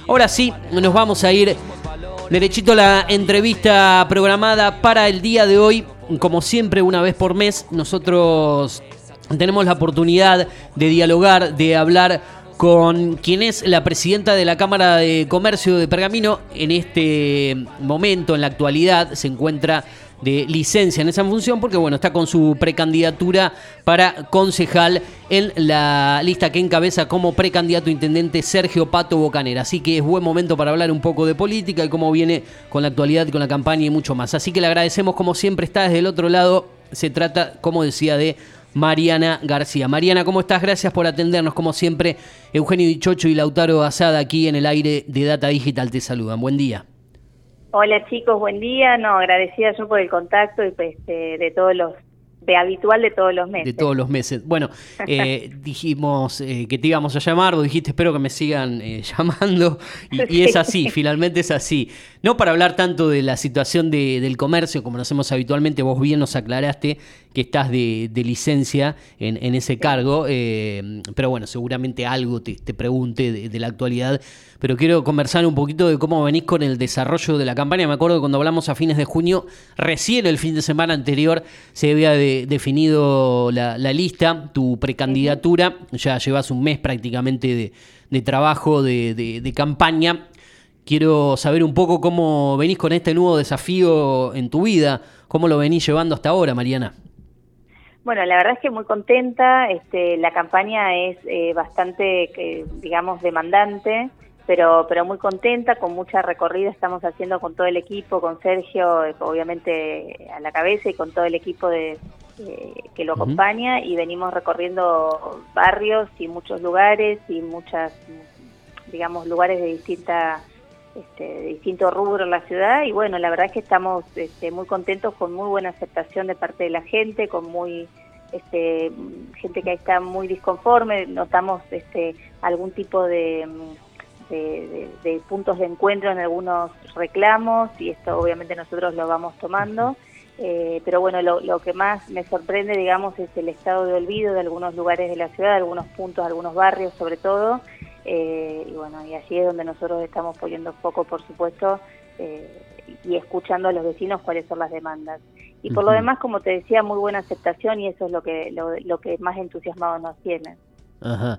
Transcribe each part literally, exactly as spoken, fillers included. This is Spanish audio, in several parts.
Ahora sí, nos vamos a ir derechito a la entrevista programada para el día de hoy. Como siempre, una vez por mes, nosotros tenemos la oportunidad de dialogar, de hablar con quien es la presidenta de la Cámara de Comercio de Pergamino. En este momento, en la actualidad, se encuentra de licencia en esa función porque bueno, está con su precandidatura para concejal en la lista que encabeza como precandidato intendente Sergio Pato Bocanera. Así que es buen momento para hablar un poco de política y cómo viene con la actualidad, con la campaña y mucho más. Así que le agradecemos, como siempre, está desde el otro lado. Se trata, como decía, de Mariana García. Mariana, ¿cómo estás? Gracias por atendernos, como siempre. Eugenio Dichocho y Lautaro Asada aquí en el aire de Data Digital te saludan. Buen día. Hola chicos, buen día. No, agradecida yo por el contacto y pues de, de todos los, de habitual de todos los meses. De todos los meses. Bueno, eh, dijimos eh, que te íbamos a llamar, vos dijiste espero que me sigan eh, llamando y, y es así, finalmente es así. No para hablar tanto de la situación de, del comercio como lo hacemos habitualmente, vos bien nos aclaraste que estás de, de licencia en, en ese cargo, eh, pero bueno, seguramente algo te, te pregunte de, de la actualidad, pero quiero conversar un poquito de cómo venís con el desarrollo de la campaña. Me acuerdo que cuando hablamos a fines de junio, recién el fin de semana anterior se había de, definido la, la lista, tu precandidatura, ya llevas un mes prácticamente de, de trabajo, de, de, de campaña. Quiero saber un poco cómo venís con este nuevo desafío en tu vida, cómo lo venís llevando hasta ahora, Mariana. Bueno, la verdad es que muy contenta. Este, la campaña es eh, bastante, eh, digamos, demandante, pero pero muy contenta, con mucha recorrida estamos haciendo con todo el equipo, con Sergio, obviamente a la cabeza, y con todo el equipo de eh, que lo acompaña, uh-huh. Y venimos recorriendo barrios y muchos lugares y muchas, digamos, lugares de distinta Este, de distintos rubros en la ciudad, y bueno, la verdad es que estamos este, muy contentos, con muy buena aceptación de parte de la gente, con muy este, gente que está muy disconforme. Notamos este, algún tipo de, de, de, de puntos de encuentro en algunos reclamos, y esto obviamente nosotros lo vamos tomando, eh, pero bueno, lo, lo que más me sorprende, digamos, es el estado de olvido de algunos lugares de la ciudad, de algunos puntos, de algunos barrios sobre todo. Eh, y bueno, y allí es donde nosotros estamos poniendo foco, por supuesto, eh, y escuchando a los vecinos cuáles son las demandas. Y por uh-huh. lo demás, como te decía, muy buena aceptación, y eso es lo que lo, lo que más entusiasmados nos tiene. Ajá.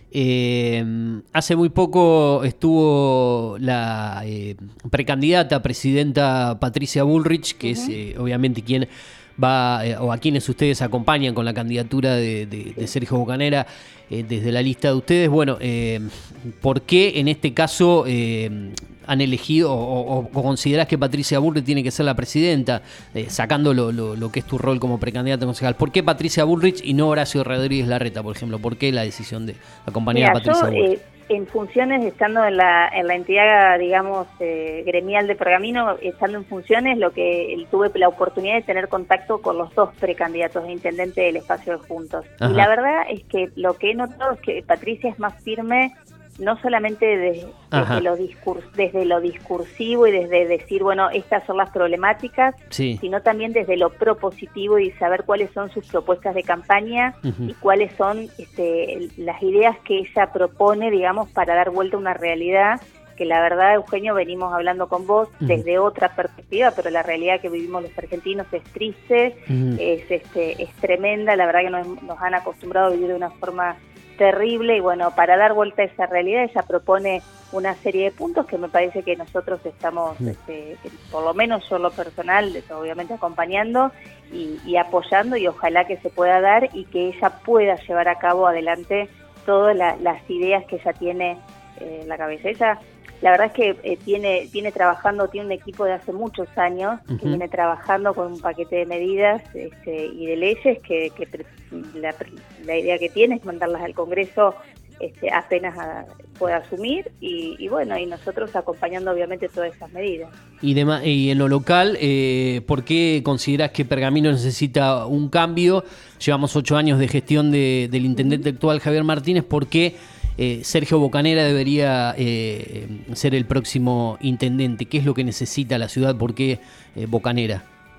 Eh, hace muy poco estuvo la eh, precandidata presidenta Patricia Bullrich, que uh-huh. es eh, obviamente quien va, eh, o a quienes ustedes acompañan con la candidatura de, de, de Sergio Bocanera eh, desde la lista de ustedes. Bueno, eh, ¿por qué en este caso eh, han elegido o, o, o considerás que Patricia Bullrich tiene que ser la presidenta, eh, sacando lo, lo, lo que es tu rol como precandidata concejal? ¿Por qué Patricia Bullrich y no Horacio Rodríguez Larreta, por ejemplo? ¿Por qué la decisión de acompañar Mira, a Patricia yo, Bullrich? Eh, en funciones, estando en la en la entidad, digamos, eh, gremial de Pergamino, estando en funciones, lo que tuve la oportunidad de tener contacto con los dos precandidatos de intendente del espacio de Juntos. Ajá. Y la verdad es que lo que he notado es que Patricia es más firme, no solamente de, desde, lo discurs, desde lo discursivo y desde decir, bueno, estas son las problemáticas, sí. sino también desde lo propositivo y saber cuáles son sus propuestas de campaña uh-huh. y cuáles son este, las ideas que ella propone, digamos, para dar vuelta a una realidad que la verdad, Eugenio, venimos hablando con vos uh-huh. desde otra perspectiva, pero la realidad que vivimos los argentinos es triste, uh-huh. es, este, es tremenda. La verdad que nos, nos han acostumbrado a vivir de una forma terrible, y bueno, para dar vuelta a esa realidad ella propone una serie de puntos que me parece que nosotros estamos, sí. este, por lo menos yo lo personal, obviamente acompañando y, y apoyando, y ojalá que se pueda dar y que ella pueda llevar a cabo adelante todas la, las ideas que ella tiene eh, en la cabeza. Ella, la verdad es que eh, tiene, viene trabajando, tiene un equipo de hace muchos años, uh-huh. que viene trabajando con un paquete de medidas este, y de leyes que, que la, la idea que tiene es mandarlas al Congreso este, apenas a, pueda asumir, y, y bueno, y nosotros acompañando obviamente todas esas medidas. Y, de, y en lo local, eh, ¿por qué considerás que Pergamino necesita un cambio? Llevamos ocho años de gestión de, del intendente uh-huh. actual, Javier Martínez. ¿Por qué eh, Sergio Bocanera debería eh, ser el próximo intendente? ¿Qué es lo que necesita la ciudad? ¿Por qué eh, Bocanera?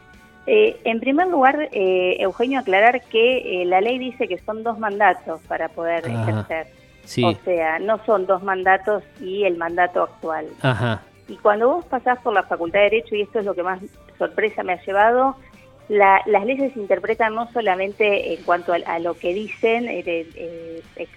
Eh, en primer lugar, eh, Eugenio, aclarar que eh, la ley dice que son dos mandatos para poder Ajá. ejercer. Sí. O sea, no son dos mandatos y el mandato actual. Ajá. Y cuando vos pasás por la Facultad de Derecho, y esto es lo que más sorpresa me ha llevado, la, las leyes se interpretan no solamente en cuanto a, a lo que dicen, eh, eh, eh,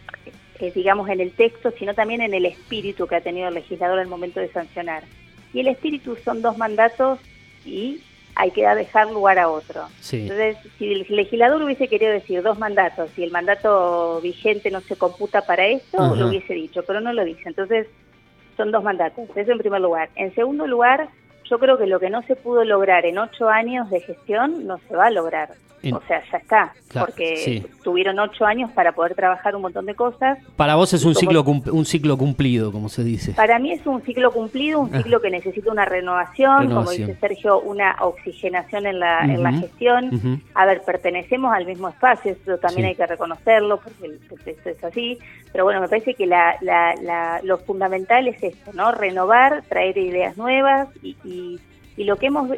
eh, digamos, en el texto, sino también en el espíritu que ha tenido el legislador al momento de sancionar. Y el espíritu son dos mandatos y hay que dejar lugar a otro. Sí. Entonces, si el legislador hubiese querido decir dos mandatos y el mandato vigente no se computa para esto, uh-huh. lo hubiese dicho, pero no lo dice. Entonces, son dos mandatos, eso en primer lugar. En segundo lugar, yo creo que lo que no se pudo lograr en ocho años de gestión no se va a lograr. En... O sea, ya está, claro, porque sí. tuvieron ocho años para poder trabajar un montón de cosas. Para vos es un ciclo un ciclo cumplido, como se dice. Para mí es un ciclo cumplido, un ciclo ah. que necesita una renovación, renovación, como dice Sergio, una oxigenación en la, uh-huh. en la gestión. Uh-huh. A ver, pertenecemos al mismo espacio, eso también sí. hay que reconocerlo, porque eso es así. Pero bueno, me parece que la, la, la, lo fundamental es esto, ¿no? Renovar, traer ideas nuevas y, y, y lo que hemos...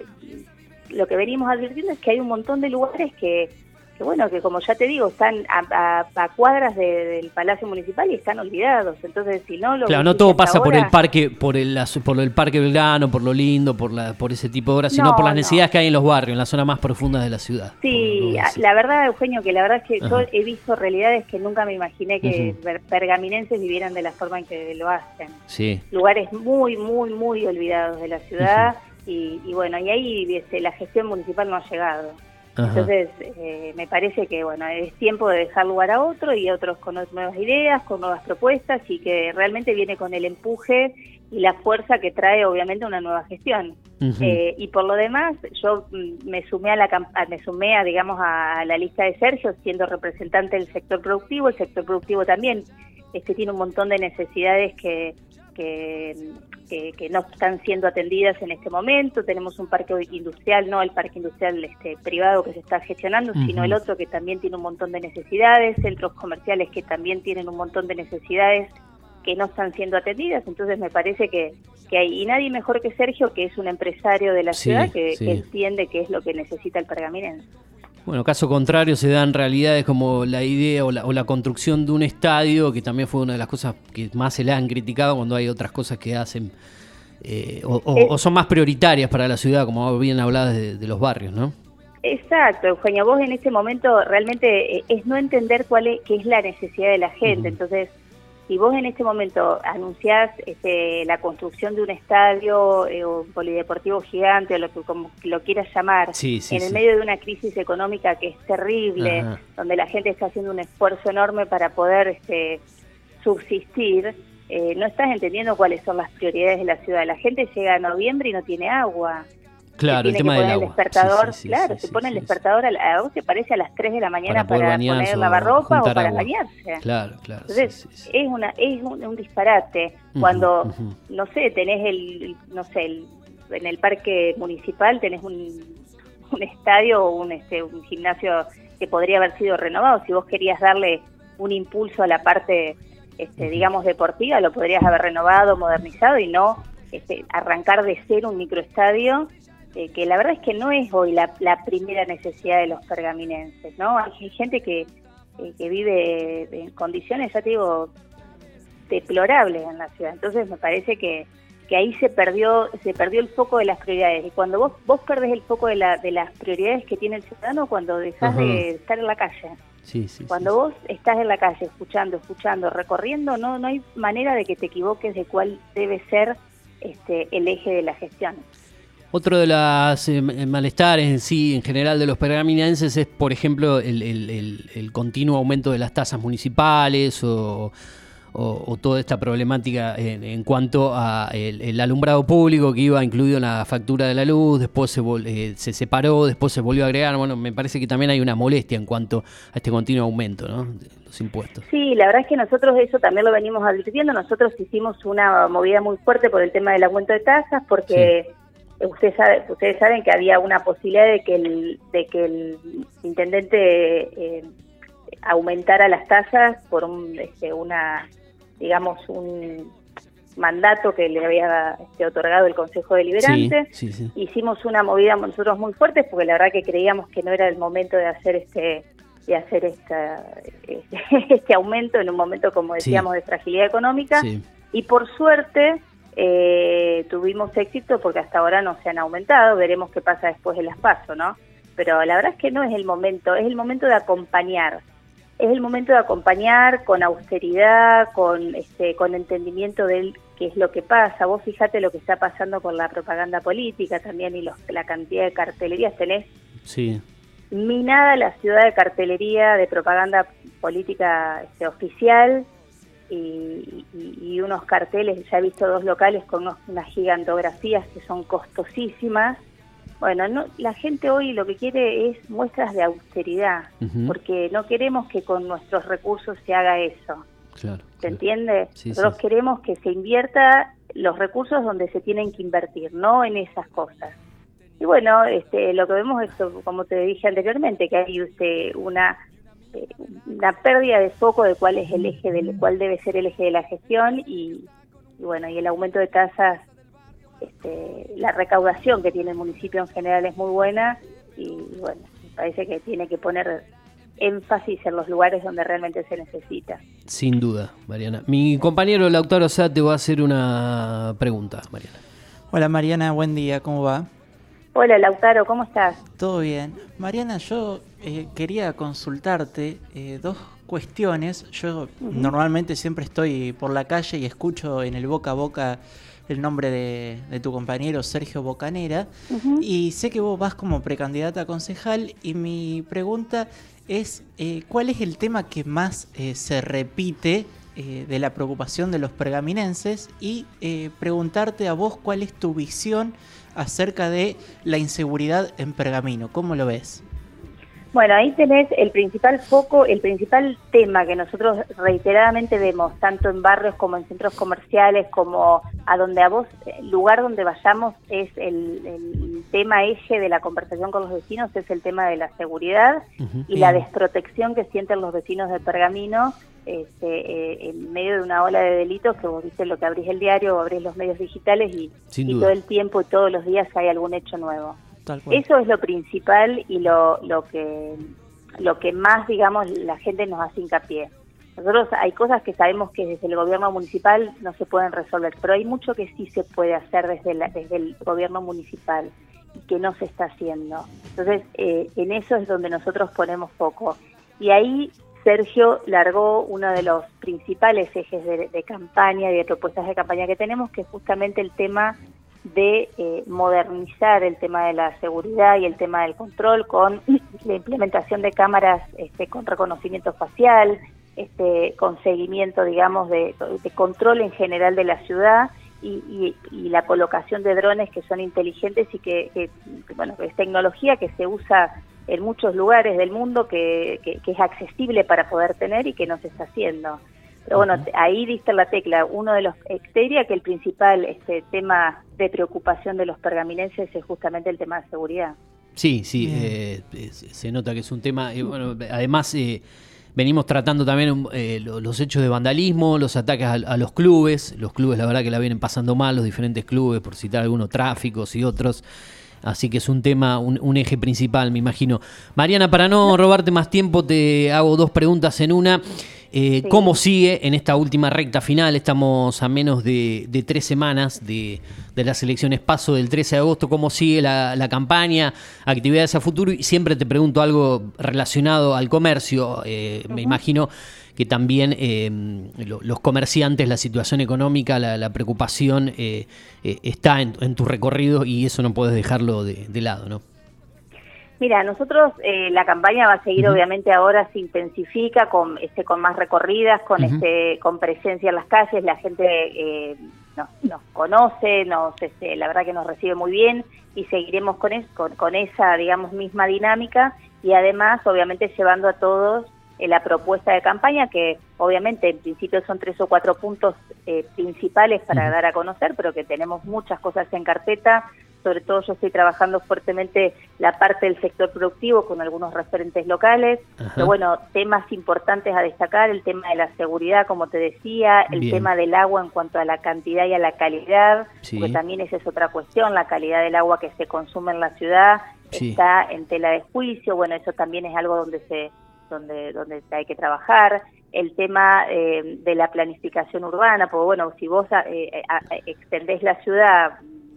lo que venimos advirtiendo es que hay un montón de lugares que, que bueno, que como ya te digo, están a, a, a cuadras de, del Palacio Municipal y están olvidados. Entonces, si no lo claro, no todo pasa ahora, por el parque, por el por el Parque Belgrano, por lo lindo, por la por ese tipo de obras, sino no, por las necesidades no. que hay en los barrios, en la zona más profunda de la ciudad. Sí, la verdad, Eugenio, que la verdad es que Ajá. yo he visto realidades que nunca me imaginé que uh-huh. pergaminenses vivieran de la forma en que lo hacen. Sí. Lugares muy, muy, muy olvidados de la ciudad. Uh-huh. Y, y bueno, y ahí este, la gestión municipal no ha llegado. Ajá. Entonces, eh, me parece que bueno, es tiempo de dejar lugar a otro y otros con nuevas ideas, con nuevas propuestas y que realmente viene con el empuje y la fuerza que trae obviamente una nueva gestión. Uh-huh. Eh, y por lo demás, yo me sumé a la me sumé a, digamos, a la lista de Sergio, siendo representante del sector productivo. El sector productivo también este, tiene un montón de necesidades que Que, que, que no están siendo atendidas en este momento. Tenemos un parque industrial, no el parque industrial este, privado que se está gestionando, uh-huh. sino el otro que también tiene un montón de necesidades, centros comerciales que también tienen un montón de necesidades que no están siendo atendidas. Entonces me parece que, que hay, y nadie mejor que Sergio, que es un empresario de la sí, ciudad, que, sí. que entiende qué es lo que necesita el pergaminense. Bueno, caso contrario se dan realidades como la idea o la, o la construcción de un estadio, que también fue una de las cosas que más se le han criticado cuando hay otras cosas que hacen eh, o, o, o son más prioritarias para la ciudad, como bien hablabas de, de los barrios, ¿no? Exacto, Eugenio, vos en este momento realmente eh, es no entender cuál es, qué es la necesidad de la gente. Uh-huh. Entonces, si vos en este momento anunciás este, la construcción de un estadio eh, o un polideportivo gigante o lo que como lo quieras llamar, sí, sí, en el sí. medio de una crisis económica que es terrible, Ajá. donde la gente está haciendo un esfuerzo enorme para poder este, subsistir, eh, no estás entendiendo cuáles son las prioridades de la ciudad. La gente llega a noviembre y no tiene agua. Claro, el tema del agua. El despertador, sí, sí, sí, claro, sí, se pone sí, el sí. despertador, a, la, a vos te parece a las tres de la mañana para, para poner lavarropa o para agua. bañarse. Claro, claro. Entonces, sí, sí, sí. es una es un, un disparate. Cuando, uh-huh, uh-huh. no sé, tenés el, no sé, el, en el parque municipal tenés un, un estadio o un, este, un gimnasio que podría haber sido renovado. Si vos querías darle un impulso a la parte, este, uh-huh. digamos, deportiva, lo podrías haber renovado, modernizado y no este, arrancar de cero un microestadio. Eh, que la verdad es que no es hoy la, la primera necesidad de los pergaminenses, ¿no? Hay gente que, eh, que vive en condiciones, ya te digo, deplorables en la ciudad. Entonces me parece que, que ahí se perdió se perdió el foco de las prioridades. Y cuando vos vos perdés el foco de, la, de las prioridades que tiene el ciudadano, cuando dejás uh-huh. de estar en la calle. Sí, sí, cuando sí, vos estás en la calle, escuchando, escuchando, recorriendo, no, no hay manera de que te equivoques de cuál debe ser este, el eje de la gestión. Otro de los eh, malestares en sí, en general, de los pergaminenses es, por ejemplo, el, el, el, el continuo aumento de las tasas municipales o, o, o toda esta problemática en, en cuanto a el, el alumbrado público que iba incluido en la factura de la luz, después se, eh, se separó, después se volvió a agregar. Bueno, me parece que también hay una molestia en cuanto a este continuo aumento, ¿no?, de los impuestos. Sí, la verdad es que nosotros eso también lo venimos advirtiendo. Nosotros hicimos una movida muy fuerte por el tema del aumento de tasas, porque... Sí. Usted sabe, ustedes saben que había una posibilidad de que el, de que el intendente eh, aumentara las tasas por un, este, una, digamos, un mandato que le había este, otorgado el Consejo Deliberante. Sí, sí, sí. Hicimos una movida nosotros muy fuerte porque la verdad que creíamos que no era el momento de hacer este y hacer esta, este, este aumento en un momento, como decíamos, sí. de fragilidad económica. Sí. Y por suerte eh, tuvimos éxito porque hasta ahora no se han aumentado. Veremos qué pasa después de las PASO, ¿no? Pero la verdad es que no es el momento, es el momento de acompañar. Es el momento de acompañar con austeridad, con este, con entendimiento de qué es lo que pasa. Vos fíjate lo que está pasando con la propaganda política también y los, la cantidad de cartelerías. Tenés sí. minada la ciudad de cartelería de propaganda política este, oficial y, y, y unos carteles. Ya he visto dos locales con unos, unas gigantografías que son costosísimas. Bueno, no, la gente hoy lo que quiere es muestras de austeridad, uh-huh. porque no queremos que con nuestros recursos se haga eso. Claro, ¿Se claro. entiende? Sí, Nosotros sí. queremos que se invierta los recursos donde se tienen que invertir, no en esas cosas. Y bueno, este, lo que vemos es, como te dije anteriormente, que hay este, una, eh, una pérdida de foco de cuál es el eje, del cuál debe ser el eje de la gestión y, y bueno, y el aumento de tasas. Este, la recaudación que tiene el municipio en general es muy buena y bueno, me parece que tiene que poner énfasis en los lugares donde realmente se necesita. Sin duda, Mariana. Mi compañero Lautaro Sá te va a hacer una pregunta, Mariana. Hola Mariana, buen día, ¿cómo va? Hola Lautaro, ¿cómo estás? Todo bien. Mariana, yo eh, quería consultarte eh, dos cuestiones. Yo uh-huh. normalmente siempre estoy por la calle y escucho en el boca a boca el nombre de, de tu compañero Sergio Bocanera, uh-huh. y sé que vos vas como precandidata a concejal y mi pregunta es eh, ¿cuál es el tema que más eh, se repite eh, de la preocupación de los pergaminenses? Y eh, preguntarte a vos cuál es tu visión acerca de la inseguridad en Pergamino, ¿cómo lo ves? Bueno, ahí tenés el principal foco, el principal tema que nosotros reiteradamente vemos, tanto en barrios como en centros comerciales, como a donde a vos, el lugar donde vayamos, es el, el tema eje de la conversación con los vecinos, es el tema de la seguridad uh-huh. y la desprotección que sienten los vecinos de Pergamino este, eh, en medio de una ola de delitos que vos viste lo que abrís el diario o abrís los medios digitales y, y todo el tiempo y todos los días hay algún hecho nuevo. Eso es lo principal y lo, lo que lo que más, digamos, la gente nos hace hincapié. Nosotros hay cosas que sabemos que desde el gobierno municipal no se pueden resolver, pero hay mucho que sí se puede hacer desde, la, desde el gobierno municipal y que no se está haciendo. Entonces, eh, en eso es donde nosotros ponemos foco. Y ahí Sergio largó uno de los principales ejes de, de campaña y de propuestas de campaña que tenemos, que es justamente el tema de eh, modernizar el tema de la seguridad y el tema del control con la implementación de cámaras este, con reconocimiento facial, este, con seguimiento, digamos, de, de control en general de la ciudad y, y, y la colocación de drones que son inteligentes y que, que, bueno, que es tecnología que se usa en muchos lugares del mundo, que, que, que es accesible para poder tener y que no se está haciendo. Pero bueno, ahí diste la tecla. Uno de los, te diría que el principal este tema de preocupación de los pergaminenses es justamente el tema de seguridad. Sí, sí, eh, se nota que es un tema, eh, bueno, además eh, venimos tratando también eh, los hechos de vandalismo, los ataques a, a los clubes, los clubes la verdad que la vienen pasando mal, los diferentes clubes, por citar algunos, tráficos y otros. Así que es un tema, un, un eje principal, me imagino. Mariana, para no robarte más tiempo, te hago dos preguntas en una. Eh, sí. ¿Cómo sigue en esta última recta final? Estamos a menos de, de tres semanas de, de las elecciones PASO del trece de agosto. ¿Cómo sigue la, la campaña, actividades a futuro? Y siempre te pregunto algo relacionado al comercio. Eh, uh-huh. Me imagino que también eh, lo, los comerciantes, la situación económica, la, la preocupación eh, eh, está en, en tu recorrido y eso no puedes dejarlo de, de lado, ¿no? Mira, nosotros eh, la campaña va a seguir, uh-huh. obviamente ahora se intensifica con este con más recorridas, con uh-huh. este con presencia en las calles, la gente eh, nos, nos conoce, nos este, la verdad que nos recibe muy bien y seguiremos con, es, con con esa digamos misma dinámica y además obviamente llevando a todos eh, la propuesta de campaña que obviamente en principio son tres o cuatro puntos eh, principales para uh-huh. dar a conocer, pero que tenemos muchas cosas en carpeta. Sobre todo yo estoy trabajando fuertemente la parte del sector productivo con algunos referentes locales, Ajá. pero bueno, temas importantes a destacar, el tema de la seguridad, como te decía, el Bien. tema del agua en cuanto a la cantidad y a la calidad, sí. porque también esa es otra cuestión, la calidad del agua que se consume en la ciudad sí. está en tela de juicio, bueno, eso también es algo donde se, donde, donde hay que trabajar, el tema eh, de la planificación urbana, porque bueno, si vos eh, extendés la ciudad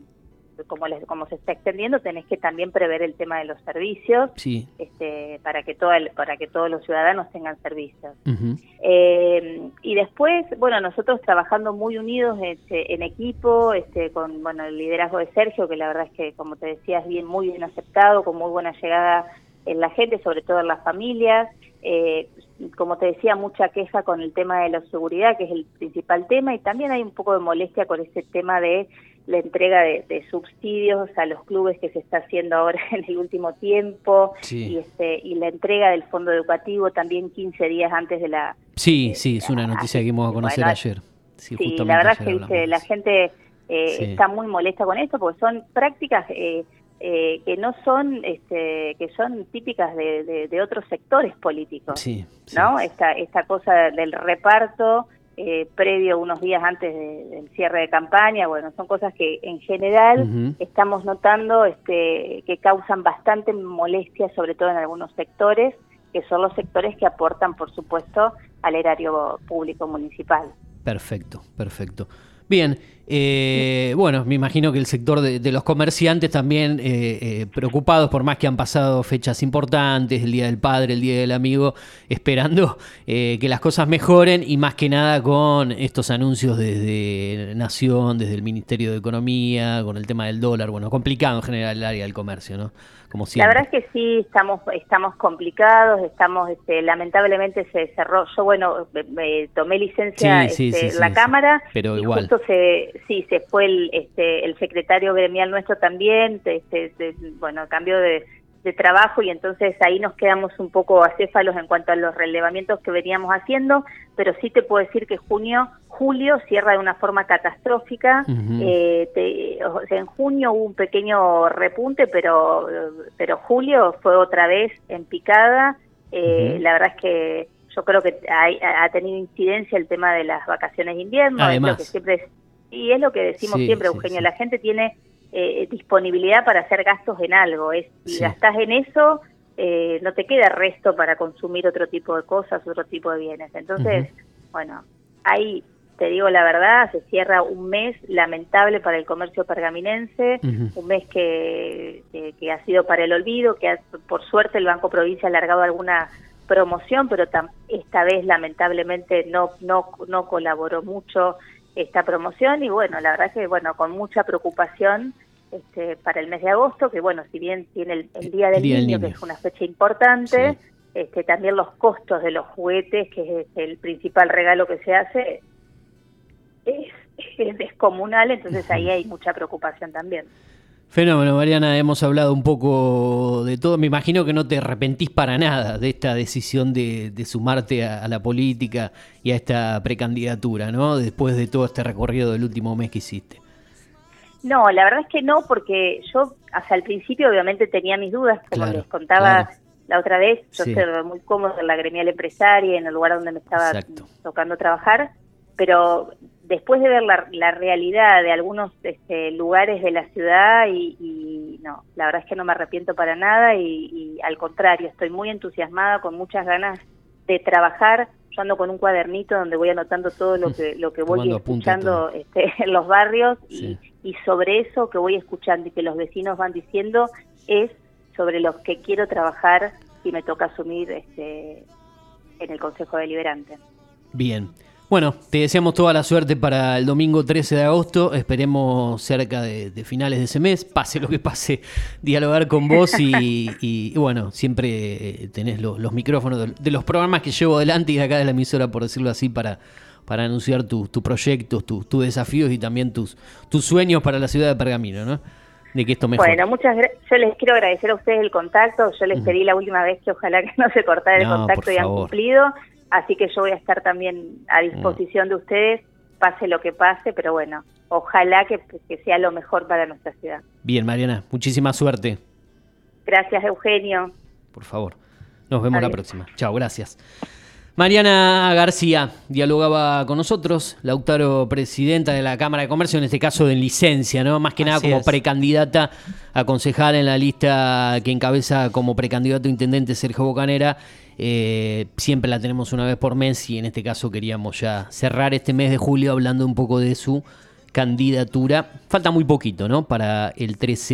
como les, como se está extendiendo, tenés que también prever el tema de los servicios, sí. este, para que todo el, para que todos los ciudadanos tengan servicios. Uh-huh. Eh, y después, bueno, nosotros trabajando muy unidos este, en equipo, este, con bueno el liderazgo de Sergio, que la verdad es que, como te decía, es bien, muy bien aceptado, con muy buena llegada en la gente, sobre todo en las familias. Eh, como te decía, mucha queja con el tema de la seguridad, que es el principal tema, y también hay un poco de molestia con ese tema de la entrega de, de subsidios a los clubes que se está haciendo ahora en el último tiempo, sí. y este y la entrega del fondo educativo también quince días antes de la... Sí, eh, sí, es una noticia que dimos a conocer bueno, ayer. Sí, sí la verdad es que dice, la gente eh, sí. está muy molesta con esto, porque son prácticas eh, eh, que no son, este, que son típicas de, de, de otros sectores políticos, sí, sí. ¿no? Esta, esta cosa del reparto, Eh, previo unos días antes de, del cierre de campaña, bueno, son cosas que en general uh-huh. estamos notando este, que causan bastante molestia, sobre todo en algunos sectores, que son los sectores que aportan, por supuesto, al erario público municipal. Perfecto, perfecto. Bien, eh, bueno, me imagino que el sector de, de los comerciantes también eh, eh, preocupados, por más que han pasado fechas importantes, el Día del Padre, el Día del Amigo, esperando eh, que las cosas mejoren, y más que nada con estos anuncios desde Nación, desde el Ministerio de Economía, con el tema del dólar, bueno, complicado en general el área del comercio, ¿no? Como siempre. La verdad es que sí, estamos estamos complicados, estamos este, lamentablemente se cerró, yo bueno, me, me tomé licencia sí, este, sí, sí, la sí, Cámara, sí, pero y igual. justo se, sí, se fue el, este, el secretario gremial nuestro también, este, este, bueno, cambió de, de trabajo, y entonces ahí nos quedamos un poco acéfalos en cuanto a los relevamientos que veníamos haciendo, pero sí te puedo decir que junio, julio cierra de una forma catastrófica. Uh-huh. eh, te, o sea, en junio hubo un pequeño repunte, pero, pero julio fue otra vez en picada. Eh, uh-huh. La verdad es que yo creo que ha, ha tenido incidencia el tema de las vacaciones de invierno, Además. Es lo que siempre es, y es lo que decimos sí, siempre, sí, Eugenio, sí. La gente tiene eh, disponibilidad para hacer gastos en algo, es si sí. gastás en eso, eh, no te queda resto para consumir otro tipo de cosas, otro tipo de bienes. Entonces, uh-huh. bueno, ahí te digo la verdad, se cierra un mes lamentable para el comercio pergaminense, uh-huh. un mes que, que, que ha sido para el olvido, que ha, por suerte el Banco Provincia ha alargado alguna promoción, pero tam, esta vez lamentablemente no, no, no colaboró mucho esta promoción, y bueno, la verdad que bueno, con mucha preocupación este, para el mes de agosto, que bueno, si bien tiene el, el Día del Día Niño, niño. que es una fecha importante, sí. este, también los costos de los juguetes, que es el principal regalo que se hace, es, es descomunal, entonces ahí hay mucha preocupación también. Fenómeno, Mariana, hemos hablado un poco de todo. Me imagino que no te arrepentís para nada de esta decisión de, de sumarte a, a la política y a esta precandidatura, ¿no? Después de todo este recorrido del último mes que hiciste. No, la verdad es que no, porque yo hasta el principio obviamente tenía mis dudas, como claro, les contaba claro. la otra vez, yo sí. estoy muy cómoda en la gremial empresaria, en el lugar donde me estaba Exacto. tocando trabajar, pero después de ver la, la realidad de algunos este, lugares de la ciudad, y, y no, la verdad es que no me arrepiento para nada, y, y al contrario, estoy muy entusiasmada, con muchas ganas de trabajar. Yo ando con un cuadernito donde voy anotando todo lo que lo que voy escuchando este, en los barrios, sí. y, y sobre eso que voy escuchando y que los vecinos van diciendo es sobre los que quiero trabajar si me toca asumir este, en el Consejo Deliberante. Bien. Bueno, te deseamos toda la suerte para el domingo trece de agosto. Esperemos cerca de, de finales de ese mes, pase lo que pase, dialogar con vos y, y, y bueno, siempre tenés lo, los micrófonos de, de los programas que llevo adelante y de acá de la emisora, por decirlo así, para, para anunciar tus tu proyectos, tus tu desafíos y también tus, tus sueños para la ciudad de Pergamino, ¿no? De que esto mejore. Bueno, muchas gracias. Yo les quiero agradecer a ustedes el contacto. Yo les uh-huh. pedí la última vez que ojalá que no se cortara el no, contacto y han cumplido. Así que yo voy a estar también a disposición de ustedes, pase lo que pase, pero bueno, ojalá que, que sea lo mejor para nuestra ciudad. Bien, Mariana, muchísima suerte. Gracias, Eugenio. Por favor, nos vemos Adiós. La próxima. Chao, gracias. Mariana García dialogaba con nosotros, Lautaro, presidenta de la Cámara de Comercio, en este caso en licencia, ¿no? Más que nada Así como es. precandidata a concejal en la lista que encabeza como precandidato a intendente Sergio Bocanera. Eh, siempre la tenemos una vez por mes y en este caso queríamos ya cerrar este mes de julio hablando un poco de su candidatura. Falta muy poquito, ¿no? Para el trece